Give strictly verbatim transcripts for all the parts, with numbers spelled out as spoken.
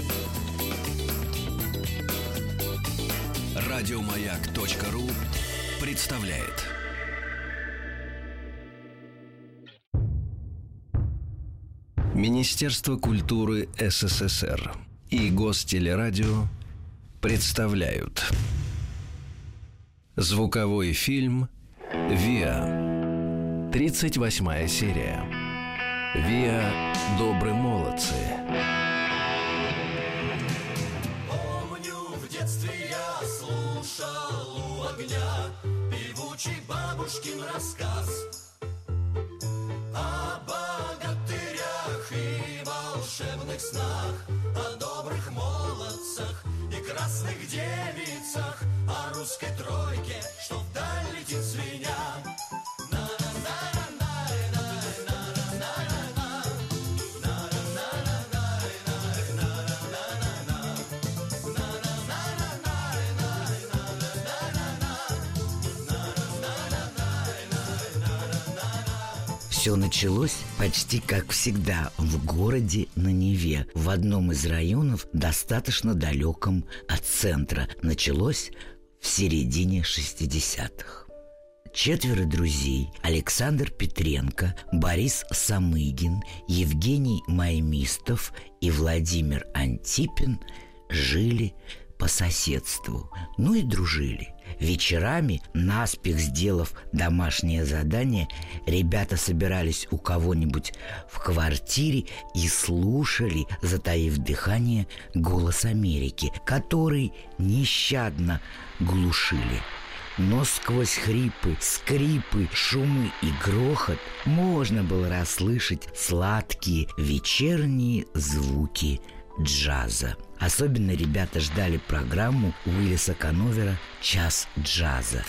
Радиомаяк.ру представляет. Министерство культуры СССР и Гостелерадио представляют звуковой фильм «Виа». тридцать восьмая серия. «Виа. Добры молодцы». Помню, в детстве я слушал у огня певучий бабушкин рассказ о богатырях и волшебных снах, о добрых молодцах и красных девицах, о русской тройке, что вдаль летит звеня. Все началось почти как всегда в городе на Неве, в одном из районов, достаточно далеком от центра. Началось в середине шестидесятых. Четверо друзей – Александр Петренко, Борис Самыгин, Евгений Маймистов и Владимир Антипин – жили по соседству, ну и дружили. Вечерами, наспех сделав домашнее задание, ребята собирались у кого-нибудь в квартире и слушали, затаив дыхание, «Голос Америки», который нещадно глушили. Но сквозь хрипы, скрипы, шумы и грохот можно было расслышать сладкие вечерние звуки джаза. Особенно ребята ждали программу Уиллиса Коновера «Час джаза».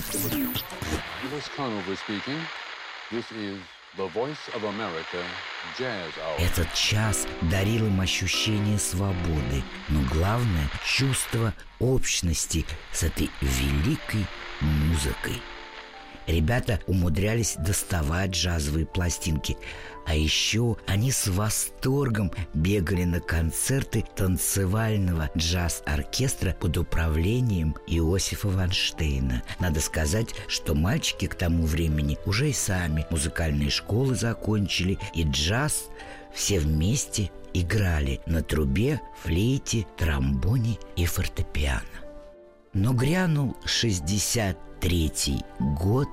Этот час дарил им ощущение свободы, но главное – чувство общности с этой великой музыкой. Ребята умудрялись доставать джазовые пластинки, а еще они с восторгом бегали на концерты танцевального джаз-оркестра под управлением Иосифа Вайнштейна. Надо сказать, что мальчики к тому времени уже и сами музыкальные школы закончили, и джаз все вместе играли на трубе, флейте, тромбоне и фортепиано. Но грянул шестьдесят третий год,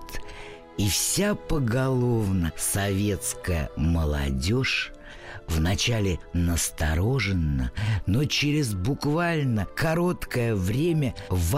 и вся поголовно советская молодежь вначале настороженно, но через буквально короткое время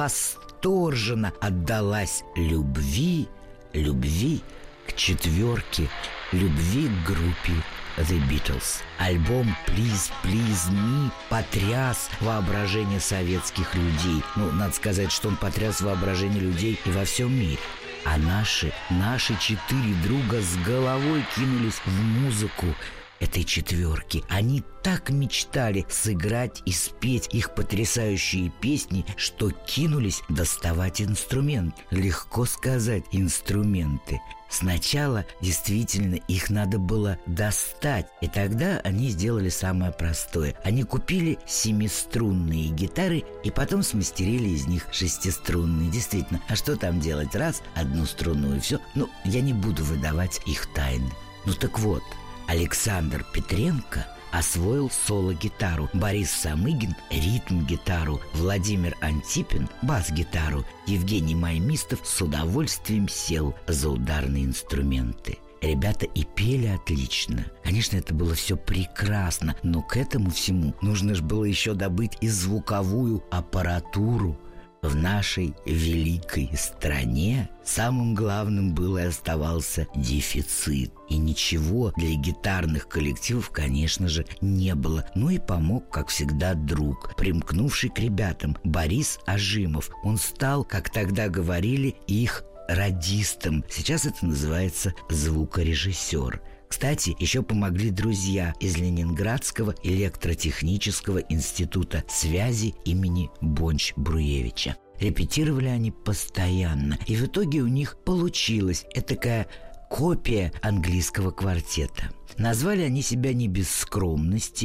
восторженно отдалась любви, любви к четверке, любви к группе The Beatles. Альбом «Please, Please Me» потряс воображение советских людей. Ну, надо сказать, что он потряс воображение людей и во всем мире. А наши, наши четыре друга с головой кинулись в музыку этой четверки. Они так мечтали сыграть и спеть их потрясающие песни, что кинулись доставать инструмент. Легко сказать, инструменты. Сначала действительно их надо было достать, и тогда они сделали самое простое. Они купили семиструнные гитары и потом смастерили из них шестиструнные. Действительно, а что там делать? Раз, одну струну и все. Ну, я не буду выдавать их тайны. Ну так вот, Александр Петренко освоил соло-гитару, Борис Самыгин – ритм-гитару, Владимир Антипин – бас-гитару, Евгений Маймистов с удовольствием сел за ударные инструменты. Ребята и пели отлично. Конечно, это было все прекрасно, но к этому всему нужно же было еще добыть и звуковую аппаратуру. В нашей великой стране самым главным был и оставался дефицит. И ничего для гитарных коллективов, конечно же, не было. Ну и помог, как всегда, друг, примкнувший к ребятам, Борис Ажимов. Он стал, как тогда говорили, их радистом. Сейчас это называется звукорежиссер. Кстати, еще помогли друзья из Ленинградского электротехнического института связи имени Бонч-Бруевича. Репетировали они постоянно, и в итоге у них получилась этакая копия английского квартета. Назвали они себя не без скромности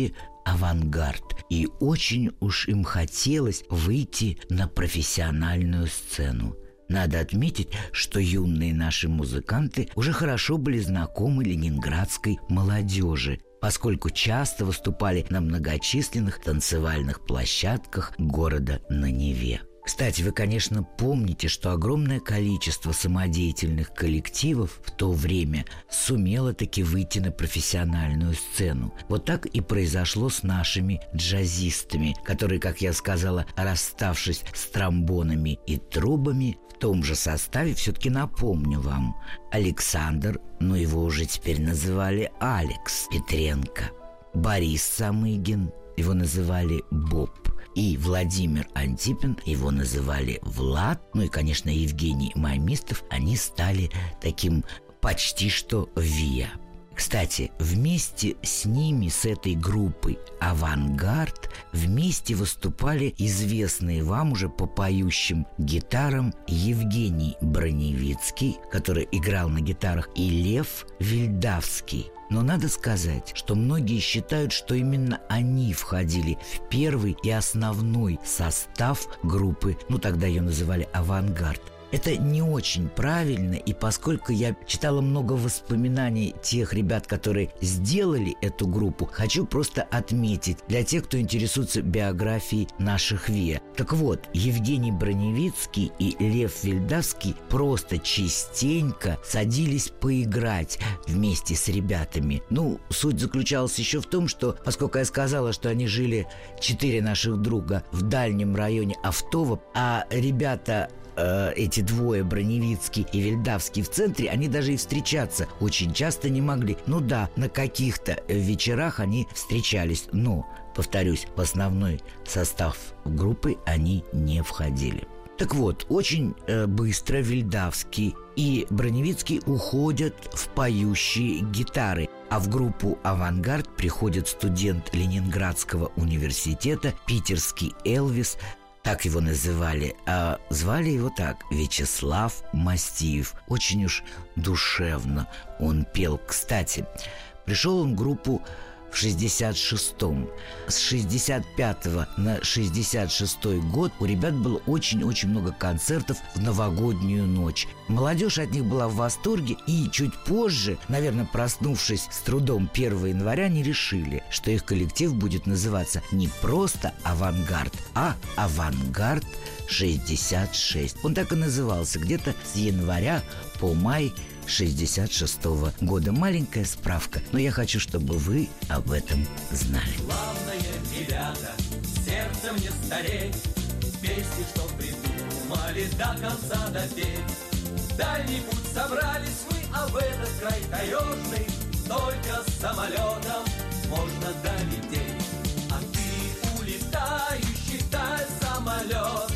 авангард. И очень уж им хотелось выйти на профессиональную сцену. Надо отметить, что юные наши музыканты уже хорошо были знакомы ленинградской молодежи, поскольку часто выступали на многочисленных танцевальных площадках города на Неве. Кстати, вы, конечно, помните, что огромное количество самодеятельных коллективов в то время сумело таки выйти на профессиональную сцену. Вот так и произошло с нашими джазистами, которые, как я сказала, расставшись с тромбонами и трубами, в том же составе, все-таки напомню вам, Александр, но его уже теперь называли Алекс Петренко, Борис Самыгин, его называли Боб, и Владимир Антипин, его называли Влад, ну и, конечно, Евгений Маймистов, они стали таким почти что ВИА. Кстати, вместе с ними, с этой группой «Авангард», вместе выступали известные вам уже по поющим гитарам Евгений Броневицкий, который играл на гитарах, и Лев Вильдавский. Но надо сказать, что многие считают, что именно они входили в первый и основной состав группы, ну тогда ее называли «Авангард». Это не очень правильно, и поскольку я читала много воспоминаний тех ребят, которые сделали эту группу, хочу просто отметить для тех, кто интересуется биографией наших ВИА. Так вот, Евгений Броневицкий и Лев Вильдавский просто частенько садились поиграть вместе с ребятами. Ну, суть заключалась еще в том, что, поскольку я сказала, что они жили, четыре наших друга, в дальнем районе Автова, а ребята... эти двое, Броневицкий и Вильдавский, в центре, они даже и встречаться очень часто не могли. Ну да, на каких-то вечерах они встречались, но, повторюсь, в основной состав группы они не входили. Так вот, очень э, быстро Вильдавский и Броневицкий уходят в поющие гитары, а в группу «Авангард» приходит студент Ленинградского университета, питерский Элвис, так его называли, а звали его так – Вячеслав Мастиев. Очень уж душевно он пел. Кстати, пришел он в группу в шестьдесят шестом. С шестьдесят пятого на шестьдесят шестой год у ребят было очень-очень много концертов в новогоднюю ночь. Молодежь от них была в восторге, и чуть позже, наверное, проснувшись с трудом первого января, они решили, что их коллектив будет называться не просто «Авангард», а «Авангард шестьдесят шесть». Он так и назывался где-то с января по май шестьдесят шестого года. Маленькая справка, но я хочу, чтобы вы об этом знали. Главное, ребята, сердцем не стареть, песни, что придумали, до конца допеть. Дальний путь собрались мы, а в этот край таежный только самолетом можно долететь. А ты, улетающий вдаль самолет,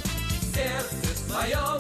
сердце своем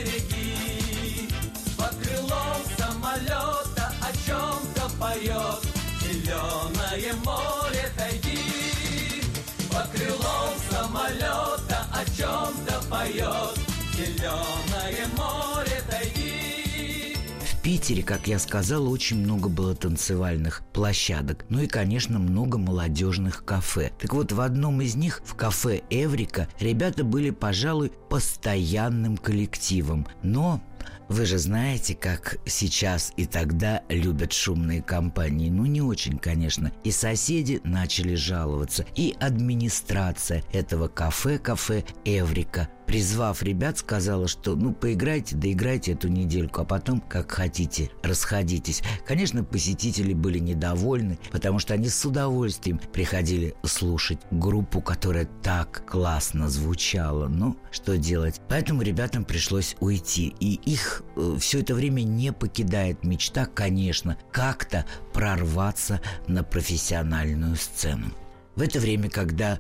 сбереги. Под крылом самолета о чем-то поет зеленое море тайги. Под крылом самолета о чем-то поет зеленое море тайги. В Питере, как я сказала, очень много было танцевальных площадок. Ну и, конечно, много молодежных кафе. Так вот, в одном из них, в кафе «Эврика», ребята были, пожалуй, постоянным коллективом. Но... вы же знаете, как сейчас и тогда любят шумные компании. Ну, не очень, конечно. И соседи начали жаловаться. И администрация этого кафе, кафе «Эврика», призвав ребят, сказала, что ну поиграйте, доиграйте эту недельку, а потом, как хотите, расходитесь. Конечно, посетители были недовольны, потому что они с удовольствием приходили слушать группу, которая так классно звучала. Но что делать? Поэтому ребятам пришлось уйти. И их э, все это время не покидает мечта, конечно, как-то прорваться на профессиональную сцену. В это время, когда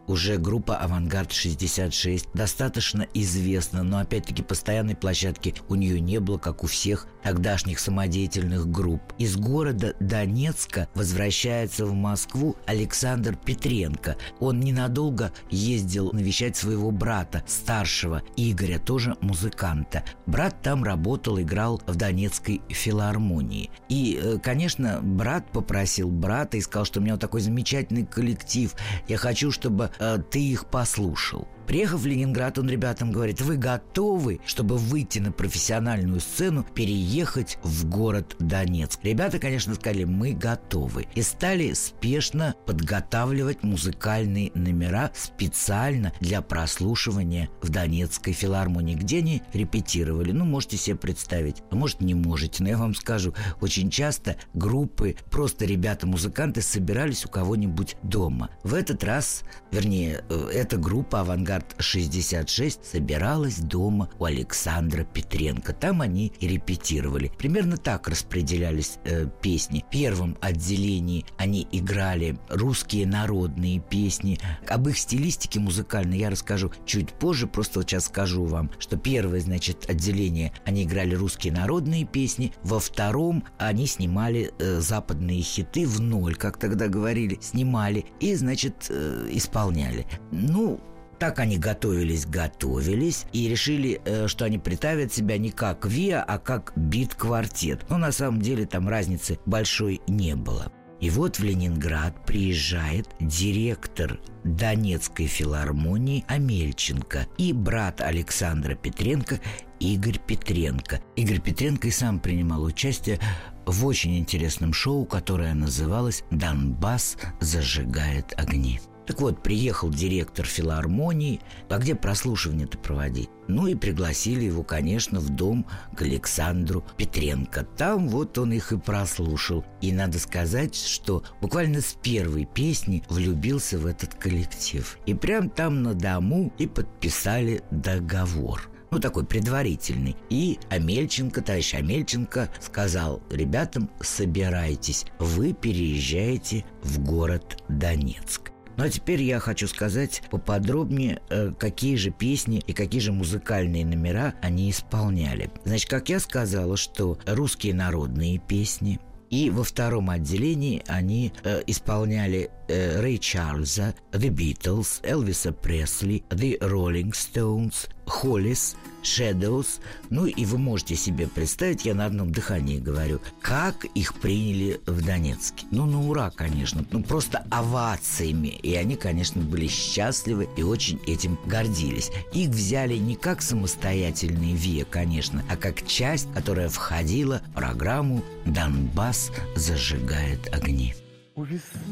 уже группа «Авангард-шестьдесят шесть» достаточно известна, но опять-таки постоянной площадки у нее не было, как у всех тогдашних самодеятельных групп. Из города Донецка возвращается в Москву Александр Петренко. Он ненадолго ездил навещать своего брата, старшего Игоря, тоже музыканта. Брат там работал, играл в Донецкой филармонии. И, конечно, брат попросил брата и сказал, что у меня вот такой замечательный коллектив, я хочу, чтобы э, ты их послушал. Приехав в Ленинград, он ребятам говорит: вы готовы, чтобы выйти на профессиональную сцену, переехать в город Донецк? Ребята, конечно, сказали: мы готовы. И стали спешно подготавливать музыкальные номера специально для прослушивания в Донецкой филармонии, где они репетировали. Ну, можете себе представить, а может, не можете, но я вам скажу, очень часто группы, просто ребята-музыканты собирались у кого-нибудь дома. В этот раз, вернее, эта группа «Авангард шестьдесят шесть» собиралась дома у Александра Петренко. Там они и репетировали. Примерно так распределялись э, песни. В первом отделении они играли русские народные песни. Об их стилистике музыкальной я расскажу чуть позже. Просто вот сейчас скажу вам, что первое, значит, отделение они играли русские народные песни. Во втором они снимали э, западные хиты в ноль, как тогда говорили. Снимали и, значит, э, исполняли. Ну, так они готовились, готовились и решили, что они представят себя не как ВИА, а как бит-квартет. Но на самом деле там разницы большой не было. И вот в Ленинград приезжает директор Донецкой филармонии Амельченко и брат Александра Петренко Игорь Петренко. Игорь Петренко и сам принимал участие в очень интересном шоу, которое называлось «Донбасс зажигает огни». Так вот, приехал директор филармонии, а где прослушивание-то проводить? Ну и пригласили его, конечно, в дом к Александру Петренко. Там вот он их и прослушал. И надо сказать, что буквально с первой песни влюбился в этот коллектив. И прям там на дому и подписали договор. Ну, такой предварительный. И Амельченко, товарищ Амельченко сказал ребятам: собирайтесь, вы переезжаете в город Донецк. Ну а теперь я хочу сказать поподробнее, какие же песни и какие же музыкальные номера они исполняли. Значит, как я сказала, что русские народные песни, и во втором отделении они э, исполняли э, Рэй Чарльза, The Beatles, Элвиса Пресли, The Rolling Stones, Hollies, Shadows. Ну и вы можете себе представить, я на одном дыхании говорю, как их приняли в Донецке. Ну, на ура, конечно. Ну, просто овациями. И они, конечно, были счастливы и очень этим гордились. Их взяли не как самостоятельный ВИА, конечно, а как часть, которая входила в программу «Донбасс зажигает огни». У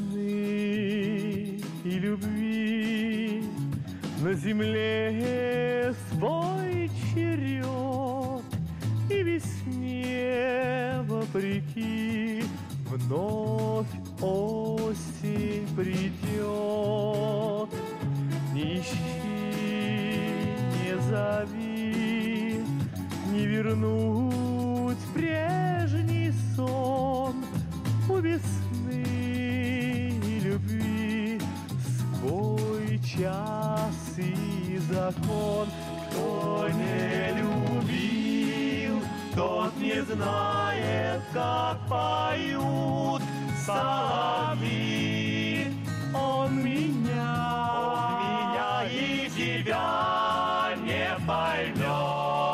весны и любви на земле свой черед, и весне, вопреки, вновь осень придет. Не ищи, не зови, не вернуть прежний сон. У весны и любви свой час и закон. Кто не любил, тот не знает, как поют соловьи. Он меня, он меня и тебя не поймет.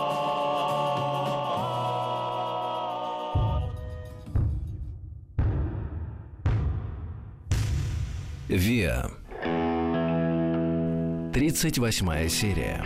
ВИА. тридцать восьмая серия.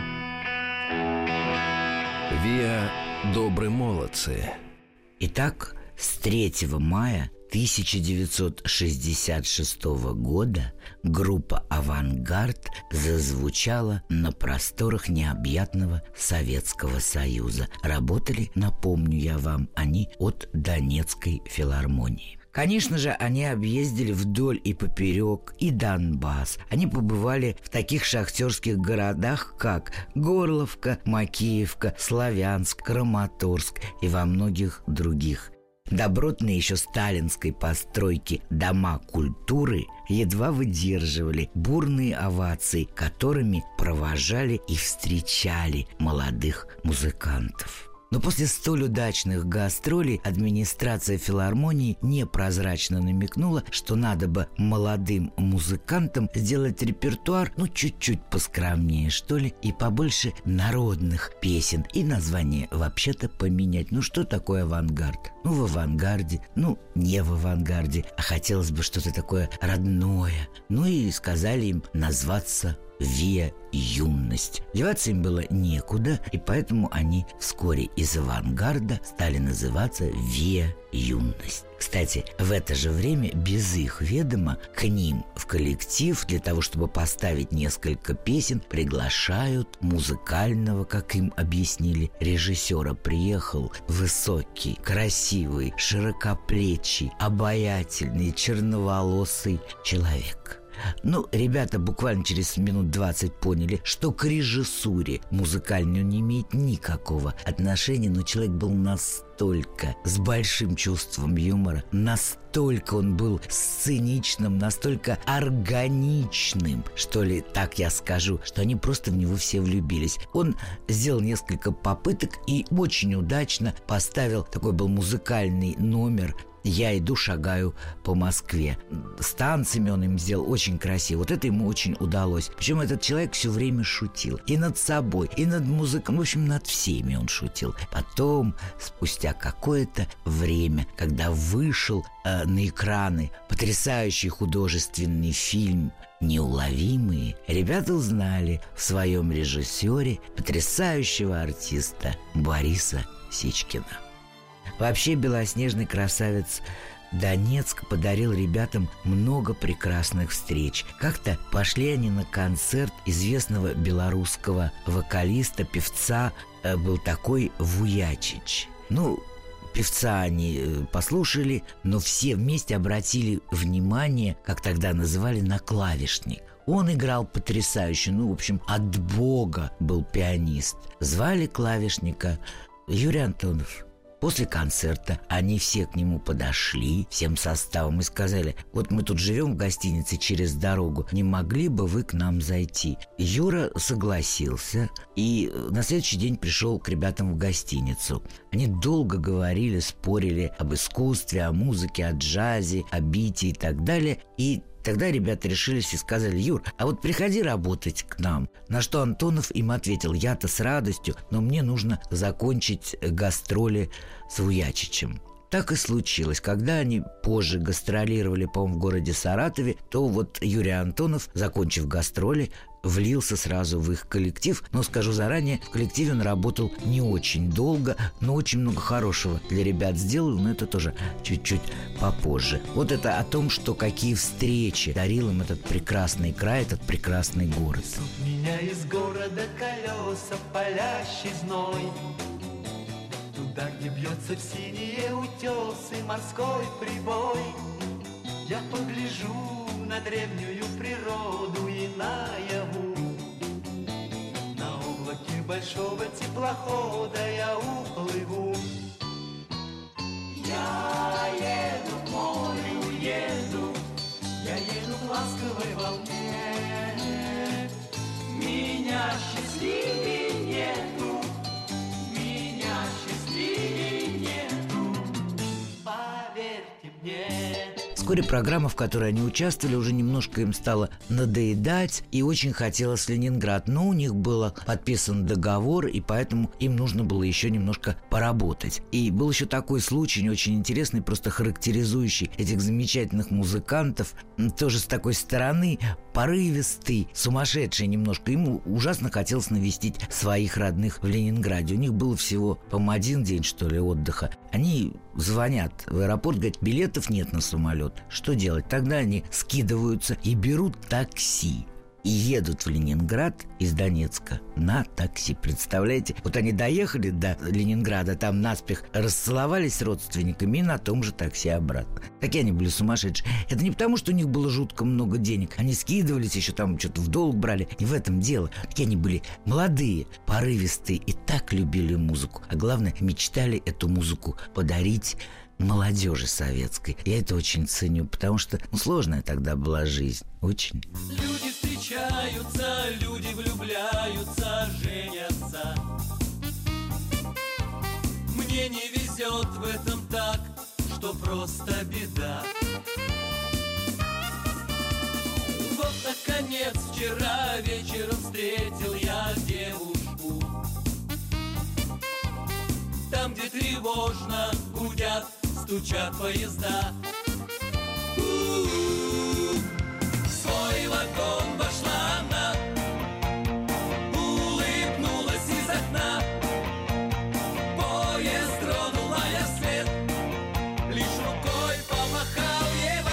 ВИА «Добрые молодцы». Итак, с третьего мая тысяча девятьсот шестьдесят шестого года группа «Авангард» зазвучала на просторах необъятного Советского Союза. Работали, напомню я вам, они от Донецкой филармонии. Конечно же, они объездили вдоль и поперек и Донбасс. Они побывали в таких шахтерских городах, как Горловка, Макеевка, Славянск, Краматорск и во многих других. Добротные еще сталинской постройки дома культуры едва выдерживали бурные овации, которыми провожали и встречали молодых музыкантов. Но после столь удачных гастролей администрация филармонии непрозрачно намекнула, что надо бы молодым музыкантам сделать репертуар, ну, чуть-чуть поскромнее, что ли, и побольше народных песен, и название вообще-то поменять. Ну, что такое авангард? Ну, в авангарде, ну, не в авангарде, а хотелось бы что-то такое родное. Ну, и сказали им назваться «Виа Юность». Деваться им было некуда, и поэтому они вскоре из авангарда стали называться «Виа Юность». Кстати, в это же время, без их ведома, к ним в коллектив для того, чтобы поставить несколько песен, приглашают музыкального, как им объяснили, режиссера. Приехал высокий, красивый, широкоплечий, обаятельный, черноволосый человек. Ну, ребята буквально через минут двадцать поняли, что к режиссуре музыкальной он не имеет никакого отношения, но человек был настолько с большим чувством юмора, настолько он был сценичным, настолько органичным, что ли, так я скажу, что они просто в него все влюбились. Он сделал несколько попыток и очень удачно поставил, такой был музыкальный номер «Я иду, шагаю по Москве». С танцами он им сделал очень красиво. Вот это ему очень удалось. Причем этот человек все время шутил. И над собой, и над музыкой. В общем, над всеми он шутил. Потом, спустя какое-то время, когда вышел э, на экраны потрясающий художественный фильм «Неуловимые», ребята узнали в своем режиссере потрясающего артиста Бориса Сечкина. Вообще, белоснежный красавец Донецк подарил ребятам много прекрасных встреч. Как-то пошли они на концерт известного белорусского вокалиста, певца, был такой Вуячич. Ну, певца они послушали, но все вместе обратили внимание, как тогда называли, на клавишник. Он играл потрясающе, ну, в общем, от бога был пианист. Звали клавишника Юрий Антонов. После концерта они все к нему подошли всем составом и сказали: вот мы тут живем в гостинице через дорогу, не могли бы вы к нам зайти? Юра согласился и на следующий день пришел к ребятам в гостиницу. Они долго говорили, спорили об искусстве, о музыке, о джазе, о бите и так далее. И тогда ребята решились и сказали: Юр, а вот приходи работать к нам. На что Антонов им ответил: я-то с радостью, но мне нужно закончить гастроли с Вуячичем. Так и случилось. Когда они позже гастролировали, по-моему, в городе Саратове, то вот Юрий Антонов, закончив гастроли, влился сразу в их коллектив. Но, скажу заранее, в коллективе он работал не очень долго, но очень много хорошего для ребят сделал, но это тоже чуть-чуть попозже. Вот это о том, что какие встречи дарил им этот прекрасный край, этот прекрасный город. Несут меня из города колеса, палящий зной, туда, где бьется в синие утесы морской прибой. Я погляжу на древнюю природу и наяву, на облаке большого теплохода я уплыву. Я еду к морю, еду, я еду в ласковой волне. Меня счастливее нету, меня счастливее нету, поверьте мне. Вскоре программа, в которой они участвовали, уже немножко им стала надоедать, и очень хотелось Ленинград. Но у них был подписан договор, и поэтому им нужно было еще немножко поработать. И был еще такой случай, очень интересный, просто характеризующий этих замечательных музыкантов, тоже с такой стороны, порывистый, сумасшедший немножко. Ему ужасно хотелось навестить своих родных в Ленинграде. У них было всего, по-моему, один день, что ли, отдыха. Они звонят в аэропорт, говорят: билетов нет на самолет. Что делать? Тогда они скидываются и берут такси. И едут в Ленинград из Донецка на такси. Представляете? Вот они доехали до Ленинграда, там наспех расцеловались с родственниками и на том же такси обратно. Такие они были сумасшедшие. Это не потому, что у них было жутко много денег. Они скидывались, еще там что-то в долг брали. Не в этом дело. Такие они были молодые, порывистые и так любили музыку. А главное, мечтали эту музыку подарить молодежи советской. Я это очень ценю, потому что ну, сложная тогда была жизнь. Очень. Люди встречаются, люди влюбляются, женятся. Мне не везет в этом так, что просто беда. Вот, наконец, вчера вечером встретил я девушку. Там, где тревожно гудят, стучат поезда. У-у-у. В свой вагон вошла она, улыбнулась из окна. Поезд тронула я вслед, лишь рукой помахал ей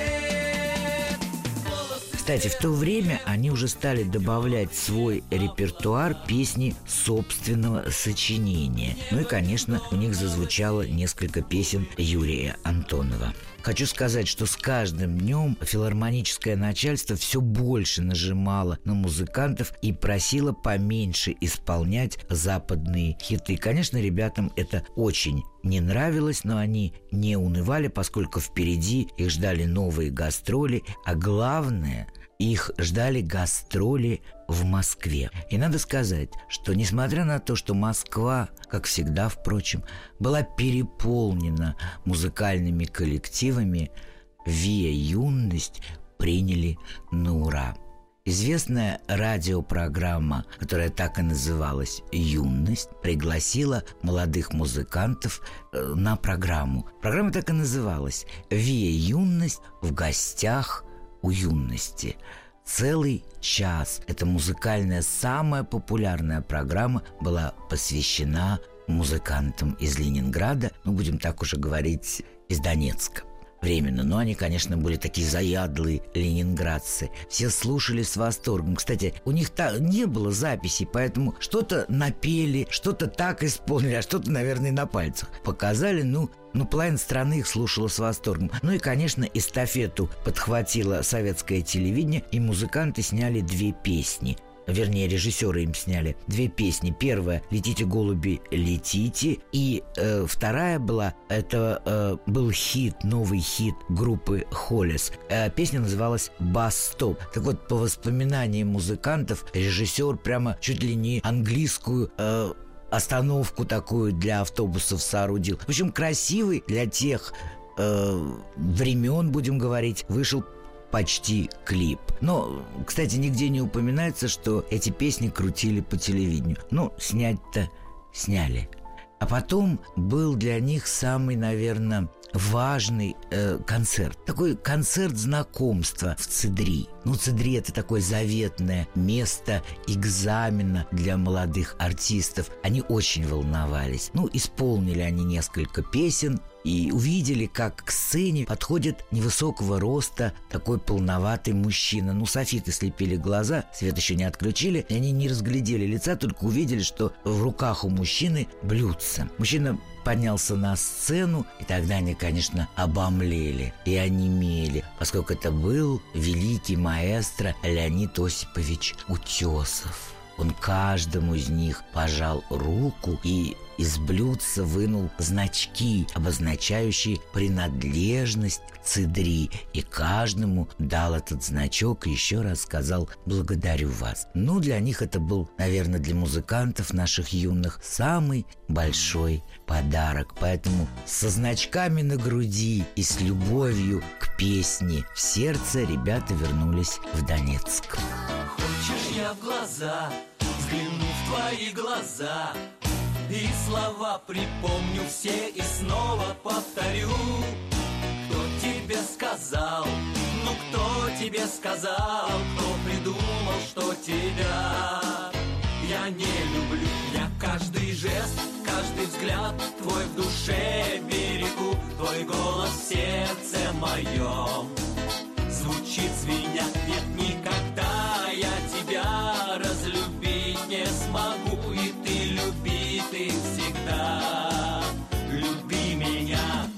в ответ. Волосы Кстати, в то время они уже стали добавлять в свой репертуар песни собственного сочинения. Ну и, конечно, у них зазвучало несколько песен Юрия Антонова. Хочу сказать, что с каждым днем филармоническое начальство все больше нажимало на музыкантов и просило поменьше исполнять западные хиты. Конечно, ребятам это очень не нравилось, но они не унывали, поскольку впереди их ждали новые гастроли, а главное, их ждали гастроли в Москве. И надо сказать, что несмотря на то, что Москва, как всегда, впрочем, была переполнена музыкальными коллективами, «Виа Юность» приняли на ура. Известная радиопрограмма, которая так и называлась «Юность», пригласила молодых музыкантов э, на программу. Программа так и называлась «Виа Юность в гостях у юности». Целый час. Эта музыкальная, самая популярная программа была посвящена музыкантам из Ленинграда, ну, будем так уже говорить, из Донецка. Временно, но они, конечно, были такие заядлые ленинградцы. Все слушали с восторгом. Кстати, у них та, не было записей, поэтому что-то напели, что-то так исполнили, а что-то, наверное, на пальцах показали. Ну, ну половина страны их слушала с восторгом. Ну и, конечно, эстафету подхватило советское телевидение, и музыканты сняли две песни. Вернее, режиссеры им сняли две песни. Первая «Летите, голуби, летите». И э, вторая была, это э, был хит, новый хит группы «Холлес». Э, песня называлась «Бас-стоп». Так вот, по воспоминаниям музыкантов, режиссер прямо чуть ли не английскую э, остановку такую для автобусов соорудил. В общем, красивый для тех э, времен, будем говорить, вышел почти клип. Но, кстати, нигде не упоминается, что эти песни крутили по телевидению. Ну, снять-то сняли. А потом был для них самый, наверное, важный э, концерт. Такой концерт знакомства в ЦИДРИ. Ну, ЦИДРИ – это такое заветное место экзамена для молодых артистов. Они очень волновались. Ну, исполнили они несколько песен и увидели, как к сцене подходит невысокого роста такой полноватый мужчина. Ну, софиты слепили глаза, свет еще не отключили, и они не разглядели лица, только увидели, что в руках у мужчины блюдце. Мужчина поднялся на сцену, и тогда они, конечно, обомлели и онемели, поскольку это был великий маэстро Леонид Осипович Утесов. Он каждому из них пожал руку и из блюдца вынул значки, обозначающие принадлежность к ЦИДРИ, и каждому дал этот значок и еще раз сказал «благодарю вас». Ну, для них это был, наверное, для музыкантов наших юных самый большой подарок. Поэтому со значками на груди и с любовью к песне в сердце ребята вернулись в Донецк. Хочешь, я в глаза взгляну в твои глаза, и слова припомню все и снова повторю. Кто тебе сказал, ну кто тебе сказал, кто придумал, что тебя я не люблю. Я каждый жест, каждый взгляд твой в душе берегу, твой голос в сердце моем звучит звеня. Нет, никогда я тебя разлюбить не смогу, и ты люби, ты всегда люби меня.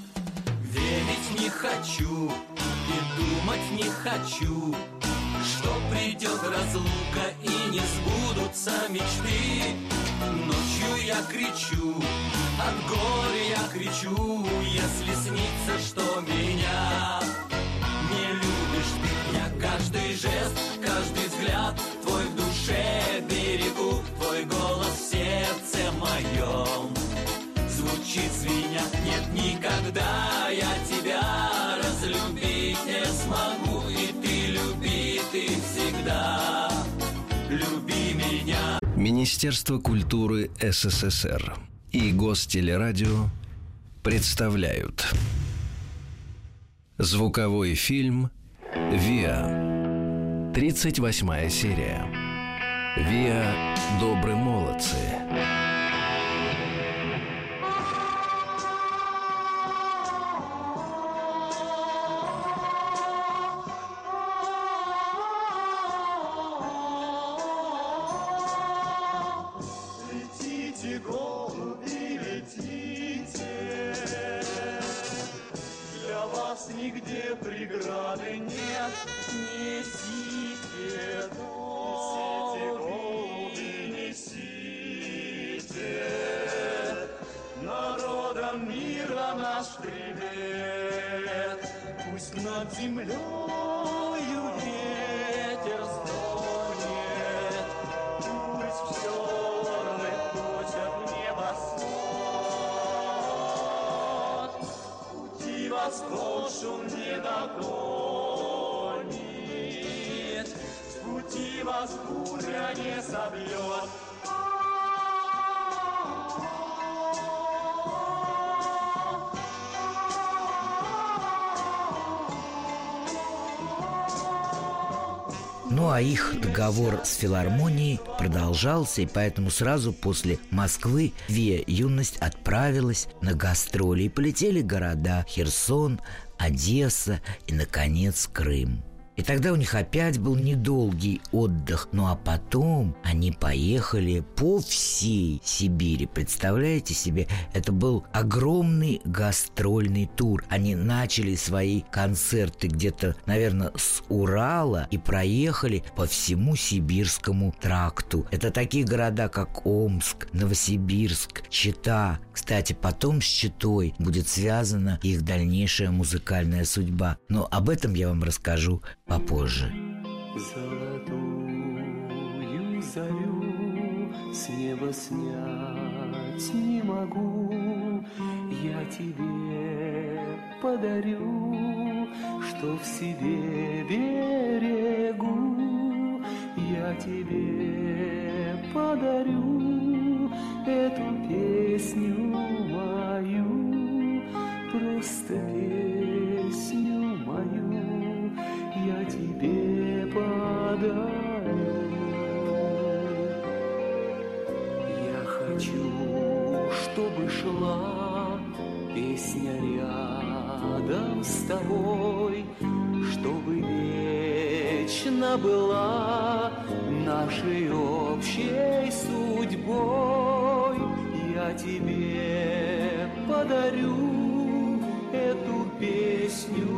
Верить не хочу и думать не хочу, что придет разлука и не сбудутся мечты. Ночью я кричу, от горя я кричу, если снится, что меня не любишь ты. Я каждый жест, каждый взгляд твой в душе берегу, твой голос в сердце моем звучит звеня. Нет, никогда я тебя разлюбить не смогу, и ты люби, ты всегда люби меня. Министерство культуры СССР и Гостелерадио представляют звуковой фильм «Виа». тридцать восьмая серия. «Виа. Добры молодцы». Летите, голуби, летите, для вас нигде преграды нет. Несите, голуби, несите, народам мира наш привет. Пусть над землею ветер стонет, пусть в черных тучах небосвод, пути восход шум не догонит, с пути вас буря не собьет. Ну а их договор с филармонией продолжался, и поэтому сразу после Москвы Виа Юность отправилась на гастроли. И полетели города Херсон, Одесса и, наконец, Крым. И тогда у них опять был недолгий отдых. Ну а потом они поехали по всей Сибири. Представляете себе, это был огромный гастрольный тур. Они начали свои концерты где-то, наверное, с Урала и проехали по всему Сибирскому тракту. Это такие города, как Омск, Новосибирск, Чита. Кстати, потом с Читой будет связана их дальнейшая музыкальная судьба. Но об этом я вам расскажу попозже. Золотую зарю с неба снять не могу, я тебе подарю, что в себе берегу. Я тебе подарю эту песню мою, просто песню мою я тебе подарю. Я хочу, чтобы шла песня рядом с тобой, чтобы вечно была нашей общей судьбой. Я тебе подарю эту песню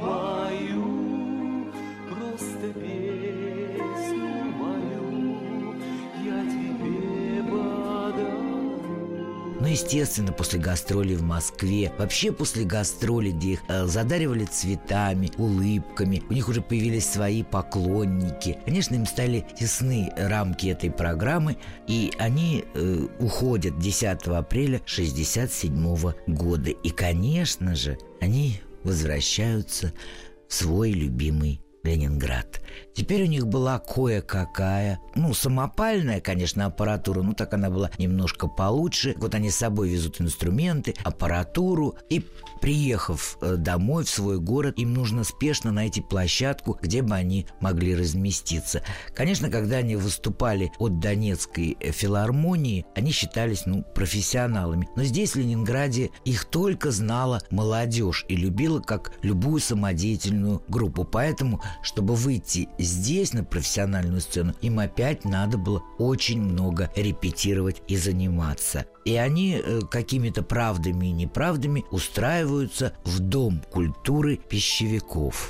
мою, просто песню мою я тебе подарю. Ну, естественно, после гастролей в Москве, вообще после гастролей, где их э, задаривали цветами, улыбками, у них уже появились свои поклонники. Конечно, им стали тесны рамки этой программы, и они э, уходят десятого апреля шестьдесят седьмого года. И, конечно же, они возвращаются в свой любимый Ленинград. Теперь у них была кое-какая, ну, самопальная, конечно, аппаратура, но так она была немножко получше. Вот они с собой везут инструменты, аппаратуру, и, приехав домой в свой город, им нужно спешно найти площадку, где бы они могли разместиться. Конечно, когда они выступали от Донецкой филармонии, они считались, ну, профессионалами. Но здесь, в Ленинграде, их только знала молодежь и любила как любую самодеятельную группу. Поэтому, чтобы выйти здесь на профессиональную сцену, им опять надо было очень много репетировать и заниматься. И они э, какими-то правдами и неправдами устраиваются в Дом культуры пищевиков.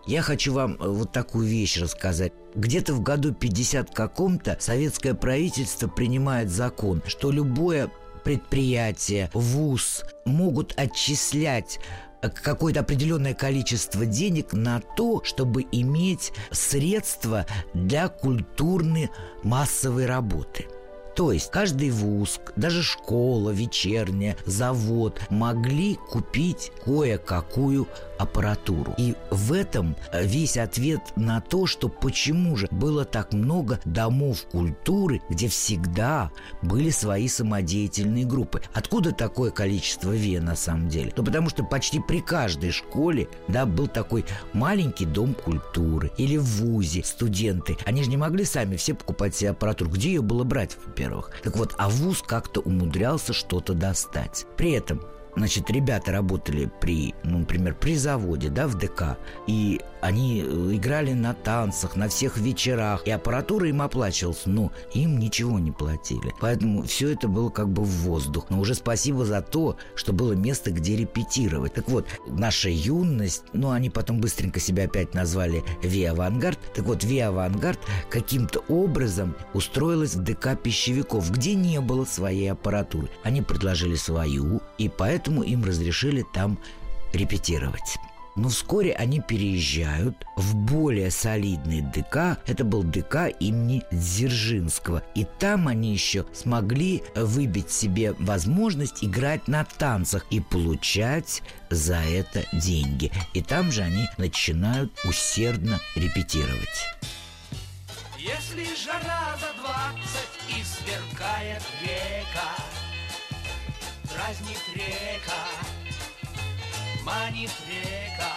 Я хочу вам вот такую вещь рассказать. Где-то в году пятьдесят каком-то советское правительство принимает закон, что любое предприятие, вуз могут отчислять какое-то определенное количество денег на то, чтобы иметь средства для культурной массовой работы. То есть каждый вуз, даже школа вечерняя, завод могли купить кое-какую аппаратуру. И в этом весь ответ на то, что почему же было так много домов культуры, где всегда были свои самодеятельные группы. Откуда такое количество ВИА на самом деле? Ну, потому что почти при каждой школе, да, был такой маленький дом культуры. Или в вузе студенты. Они же не могли сами все покупать себе аппаратуру. Где ее было брать, во-первых? Так вот, а вуз как-то умудрялся что-то достать. При этом, значит, ребята работали при, ну, например, при заводе, да, в ДК, и они играли на танцах, на всех вечерах, и аппаратура им оплачивалась, но им ничего не платили. Поэтому все это было как бы в воздух. Но уже спасибо за то, что было место, где репетировать. Так вот, наша юность, ну, они потом быстренько себя опять назвали ВИА «Авангард». Так вот, ВИА «Авангард» каким-то образом устроилась в ДК пищевиков, где не было своей аппаратуры. Они предложили свою, и поэтому им разрешили там репетировать. Но вскоре они переезжают в более солидный ДК. Это был ДК имени Дзержинского. И там они еще смогли выбить себе возможность играть на танцах и получать за это деньги. И там же они начинают усердно репетировать. Если жара за двадцать и сверкает река, дразнит река, манит река.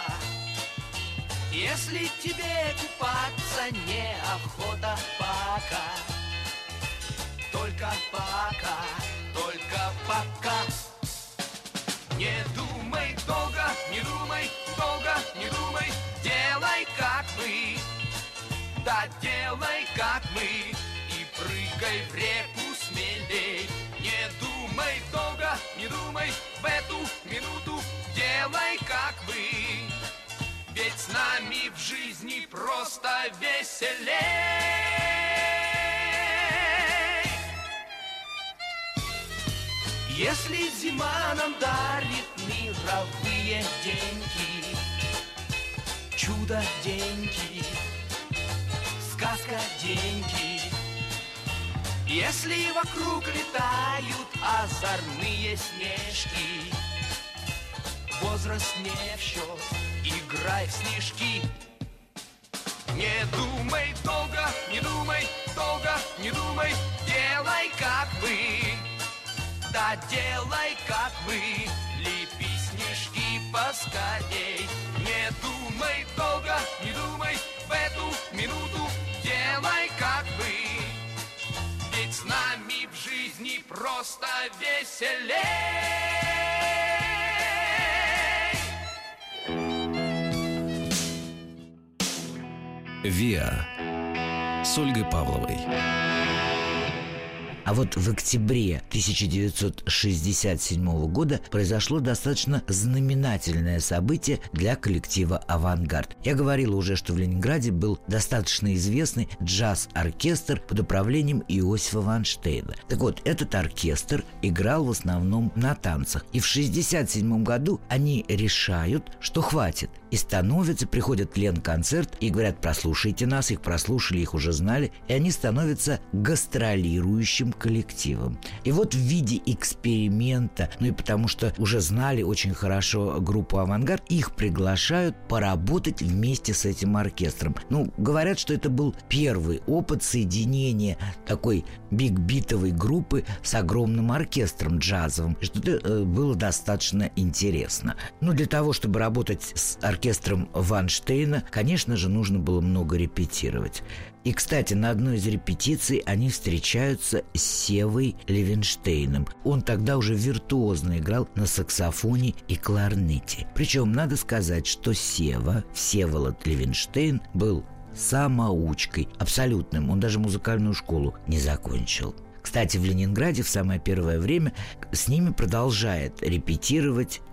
Если тебе купаться неохота пока, только пока, только пока. Не думай долго, не думай долго, не думай, делай как мы, да делай как мы, и прыгай в реку смелей. Не думай долго, не думай в эту минуту, делай как вы, ведь с нами в жизни просто веселей. Если зима нам дарит мировые деньги, чудо-деньги, сказка-деньги, если вокруг летают озорные снежки, возраст не в счет, играй в снежки. Не думай долго, не думай долго, не думай, делай как вы, да делай как вы, лепи снежки поскорей. Не думай долго, не думай в эту минуту, делай как вы, ведь с нами в жизни просто веселей. ВИА с Ольгой Павловой. А вот в октябре тысяча девятьсот шестьдесят седьмого года произошло достаточно знаменательное событие для коллектива «Авангард». Я говорил уже, что в Ленинграде был достаточно известный джаз-оркестр под управлением Иосифа Вайнштейна. Так вот, этот оркестр играл в основном на танцах. И в шестьдесят седьмом году они решают, что хватит. И становятся, приходят в Ленконцерт и говорят: прослушайте нас. Их прослушали, их уже знали. И они становятся гастролирующим коллективом. И вот в виде эксперимента, ну и потому что уже знали очень хорошо группу «Авангард», их приглашают поработать вместе с этим оркестром. Ну, говорят, что это был первый опыт соединения такой биг-битовой группы с огромным оркестром джазовым, и что это э, было достаточно интересно. Но для того, чтобы работать с оркестром Вайнштейна, конечно же, нужно было много репетировать. И, кстати, на одной из репетиций они встречаются с Севой Левинштейном. Он тогда уже виртуозно играл на саксофоне и кларнете. Причем надо сказать, что Сева, Всеволод Левинштейн, был самоучкой абсолютным. Он даже музыкальную школу не закончил. Кстати, в Ленинграде в самое первое время с ними продолжает репетировать и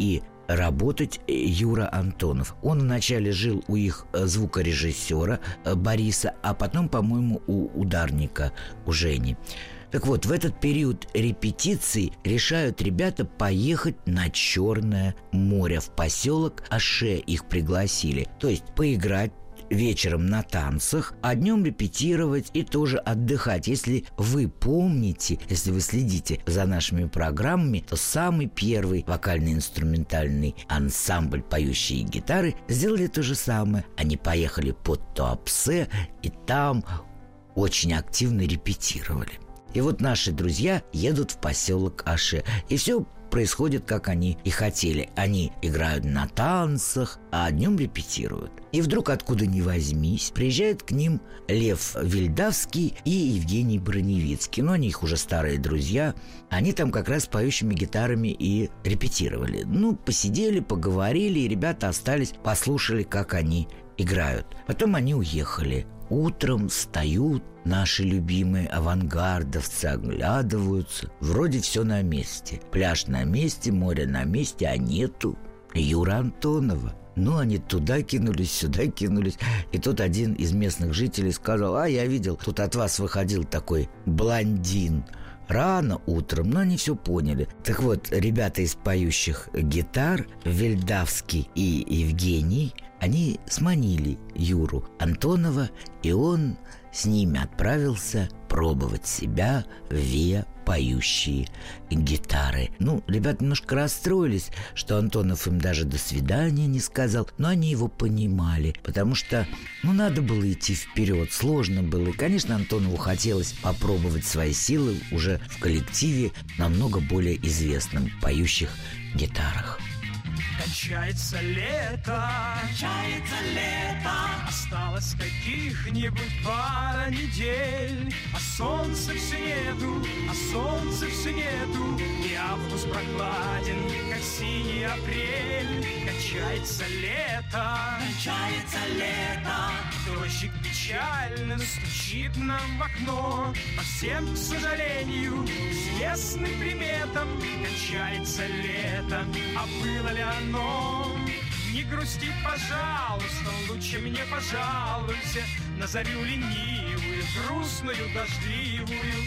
работать Юра Антонов. Он вначале жил у их звукорежиссера Бориса, а потом, по-моему, у ударника, у Жени. Так вот, в этот период репетиций решают ребята поехать на Черное море, в поселок Аше их пригласили. То есть поиграть вечером на танцах, а днем репетировать и тоже отдыхать. Если вы помните, если вы следите за нашими программами, то самый первый вокально-инструментальный ансамбль «Поющие гитары» сделали то же самое. Они поехали под Туапсе и там очень активно репетировали. И вот наши друзья едут в поселок Аше. И все происходит, как они и хотели. Они играют на танцах, а днем репетируют. И вдруг, откуда ни возьмись, приезжает к ним Лев Вильдавский и Евгений Броневицкий. Но они их уже старые друзья. Они там как раз с поющими гитарами и репетировали. Ну, посидели, поговорили, и ребята остались, послушали, как они играют. Потом они уехали. Утром встают наши любимые авангардовцы, оглядываются. Вроде все на месте. Пляж на месте, море на месте, а нету Юры Антонова. Ну, они туда кинулись, сюда кинулись. И тут один из местных жителей сказал: а, я видел, тут от вас выходил такой блондин. Рано утром, но они все поняли. Так вот, ребята из поющих гитар, Вильдавский и Евгений, они сманили Юру Антонова, и он с ними отправился пробовать себя в ВИА «Поющие гитары». Ну, ребята немножко расстроились, что Антонов им даже до свидания не сказал, но они его понимали, потому что, ну, надо было идти вперед, сложно было. И, конечно, Антонову хотелось попробовать свои силы уже в коллективе, намного более известном «Поющих гитарах». Кончается лето, кончается лето, осталось каких-нибудь пара недель, а солнца все нету, а солнца все нету, и август прохладен, как синий апрель. Кончается лето, кончается лето, дождик печально стучит нам в окно, по всем, к сожалению, известным приметам. Кончается лето, а было ли оно? Не грусти, пожалуйста, лучше мне пожалуйся на зарю ленивую, грустную, дождливую.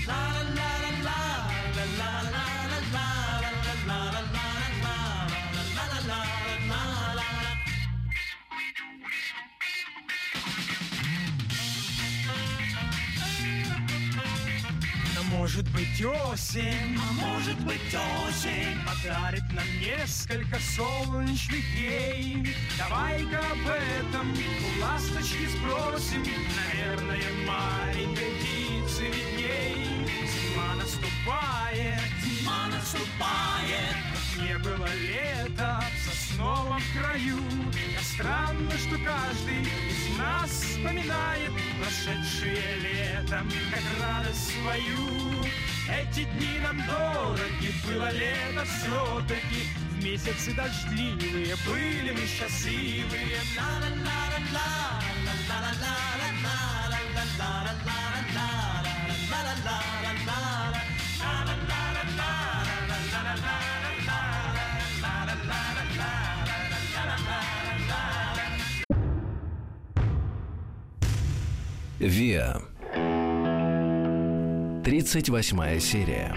Может быть, осень, а может быть, осень подарит нам несколько солнечных дней. Давай-ка об этом у ласточки спросим, наверное, маленькой птице видней. Зима наступает, зима наступает, не было лета в сосновом краю. А странно, что каждый из нас вспоминает прошедшее лето, как радость свою. Эти дни нам дороги, было лето все-таки, в месяцы дождливые были мы счастливые. ВИА. Тридцать восьмая серия.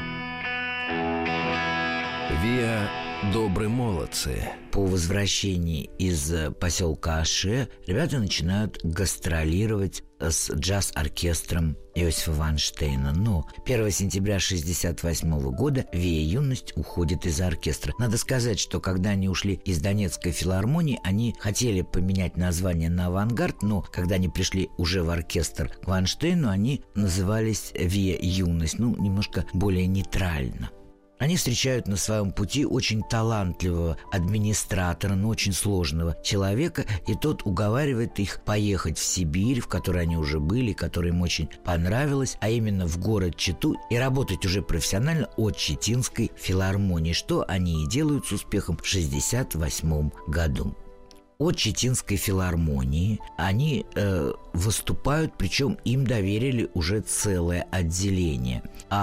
ВИА «Добрые молодцы». По возвращении из поселка Аше ребята начинают гастролировать с джаз-оркестром Иосифа Вайнштейна. Но первого сентября шестьдесят восьмого года ВИА «Юность» уходит из оркестра. Надо сказать, что когда они ушли из Донецкой филармонии, они хотели поменять название на «Авангард», но когда они пришли уже в оркестр к Вайнштейну, они назывались ВИА «Юность», ну, немножко более нейтрально. Они встречают на своем пути очень талантливого администратора, но очень сложного человека, и тот уговаривает их поехать в Сибирь, в которой они уже были, которая им очень понравилась, а именно в город Читу, и работать уже профессионально от Читинской филармонии, что они и делают с успехом в шестьдесят восьмом году. От Читинской филармонии они э, выступают, причем им доверили уже целое отделение. А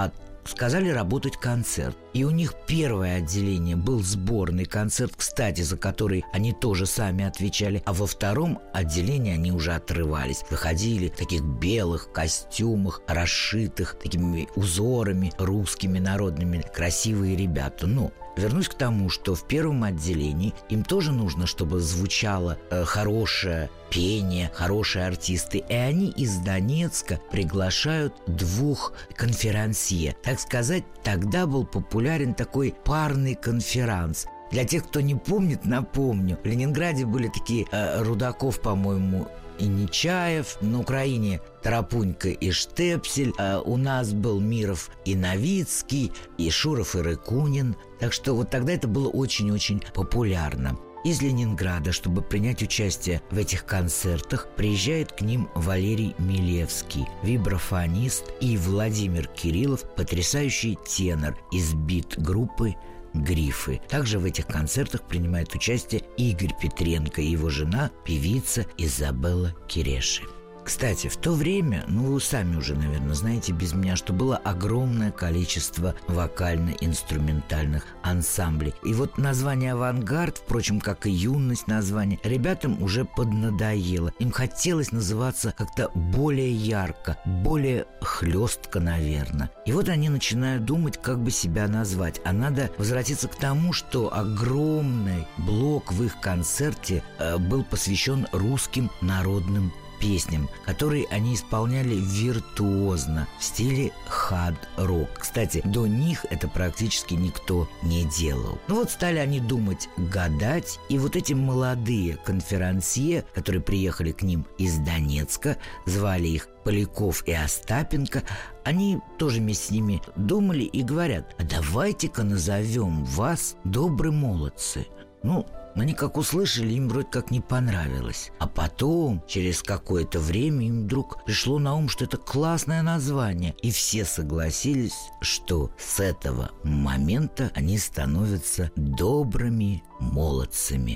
сказали работать концерт. И у них первое отделение был сборный концерт, кстати, за который они тоже сами отвечали. А во втором отделении они уже отрывались. Выходили в таких белых костюмах, расшитых такими узорами русскими народными. Красивые ребята. Ну, вернусь к тому, что в первом отделении им тоже нужно, чтобы звучало э, хорошее пение, хорошие артисты. И они из Донецка приглашают двух конферансье. Так сказать, тогда был популярен такой парный конферанс. Для тех, кто не помнит, напомню. В Ленинграде были такие э, Рудаков, по-моему, и Нечаев, на Украине Тарапунька и Штепсель, а у нас был Миров и Новицкий, и Шуров и Рыкунин. Так что вот тогда это было очень-очень популярно. Из Ленинграда, чтобы принять участие в этих концертах, приезжает к ним Валерий Милевский, вибрафонист, и Владимир Кириллов, потрясающий тенор из бит-группы «Грифы». Также в этих концертах принимает участие Игорь Петренко и его жена, певица Изабелла Киреши. Кстати, в то время, ну вы сами уже, наверное, знаете без меня, что было огромное количество вокально-инструментальных ансамблей. И вот название «Авангард», впрочем, как и «Юность» название, ребятам уже поднадоело. Им хотелось называться как-то более ярко, более хлестко, наверное. И вот они начинают думать, как бы себя назвать. А надо возвратиться к тому, что огромный блок в их концерте э, был посвящен русским народным песням, которые они исполняли виртуозно в стиле хард-рок. Кстати, до них это практически никто не делал. Ну вот стали они думать, гадать, и вот эти молодые конферансье, которые приехали к ним из Донецка, звали их Поляков и Остапенко, они тоже вместе с ними думали и говорят: а давайте-ка назовем вас «Добрые молодцы». Ну, они как услышали, им вроде как не понравилось. А потом, через какое-то время, им вдруг пришло на ум, что это классное название. И все согласились, что с этого момента они становятся добрыми молодцами.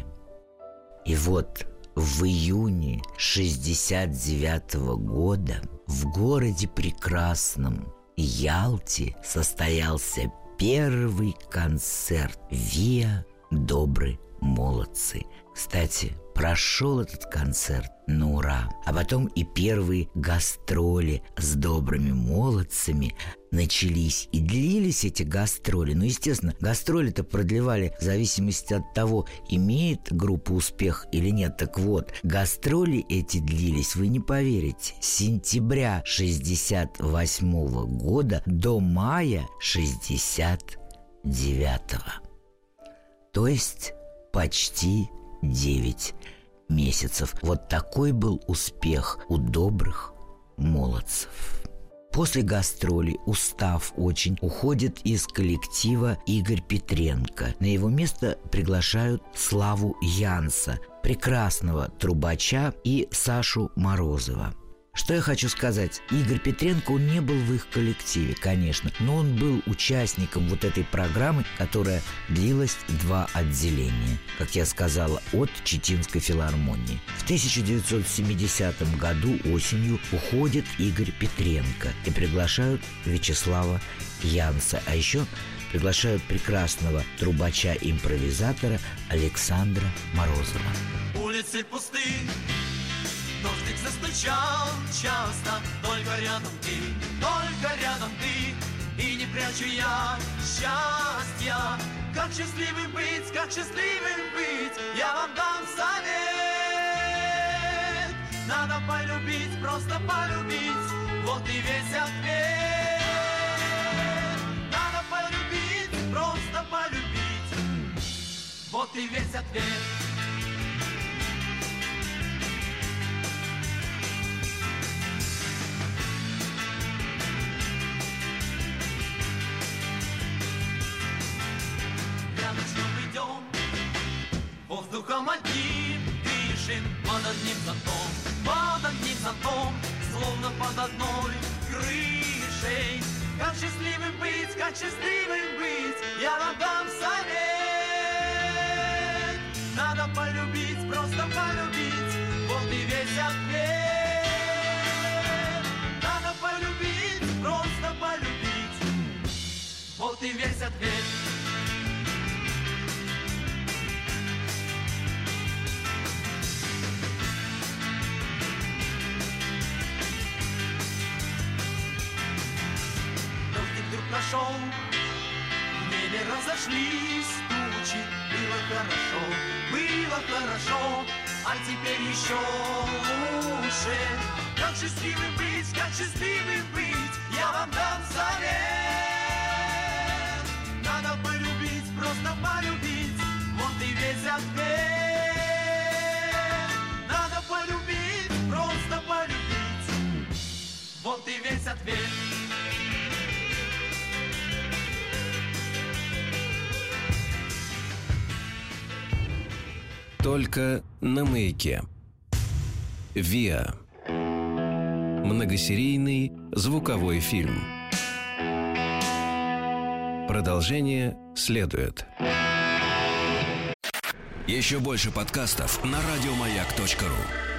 И вот в июне шестьдесят девятого года в городе прекрасном Ялте состоялся первый концерт «Виа добрые молодцы». Кстати, прошел этот концерт на ура. А потом и первые гастроли с добрыми молодцами начались. И длились эти гастроли. Ну, естественно, гастроли-то продлевали в зависимости от того, имеет группа успех или нет. Так вот, гастроли эти длились, вы не поверите, с сентября шестьдесят восьмого года до мая шестьдесят девятого. То есть почти девять месяцев. Вот такой был успех у добрых молодцев. После гастролей, устав очень, уходит из коллектива Игорь Петренко. На его место приглашают Славу Янса, прекрасного трубача, и Сашу Морозова. Что я хочу сказать? Игорь Петренко, он не был в их коллективе, конечно, но он был участником вот этой программы, которая длилась два отделения, как я сказала, от Читинской филармонии. В тысяча девятьсот семидесятом году осенью уходит Игорь Петренко и приглашают Вячеслава Янса, а еще приглашают прекрасного трубача-импровизатора Александра Морозова. Улицы пусты, дождик застучал часто, только рядом ты, только рядом ты, и не прячу я счастья. Как счастливым быть, как счастливым быть, я вам дам совет. Надо полюбить, просто полюбить, вот и весь ответ. Надо полюбить, просто полюбить, вот и весь ответ. Воздухом одним дышим, под одним зонтом, под одним зонтом, словно под одной крышей. Как счастливым быть, как счастливым быть, я вам дам совет. Надо полюбить, просто полюбить, вот и весь ответ. Надо полюбить, просто полюбить, прошел, в небе разошлись тучи. Было хорошо, было хорошо, а теперь еще лучше. Как счастливым быть, как счастливым быть, я вам дам совет. Надо полюбить, просто полюбить, вот и весь ответ. Надо полюбить, просто полюбить, вот и весь ответ. Только на Маяке. ВИА. Многосерийный звуковой фильм. Продолжение следует. Еще больше подкастов на радиомаяк точка ру.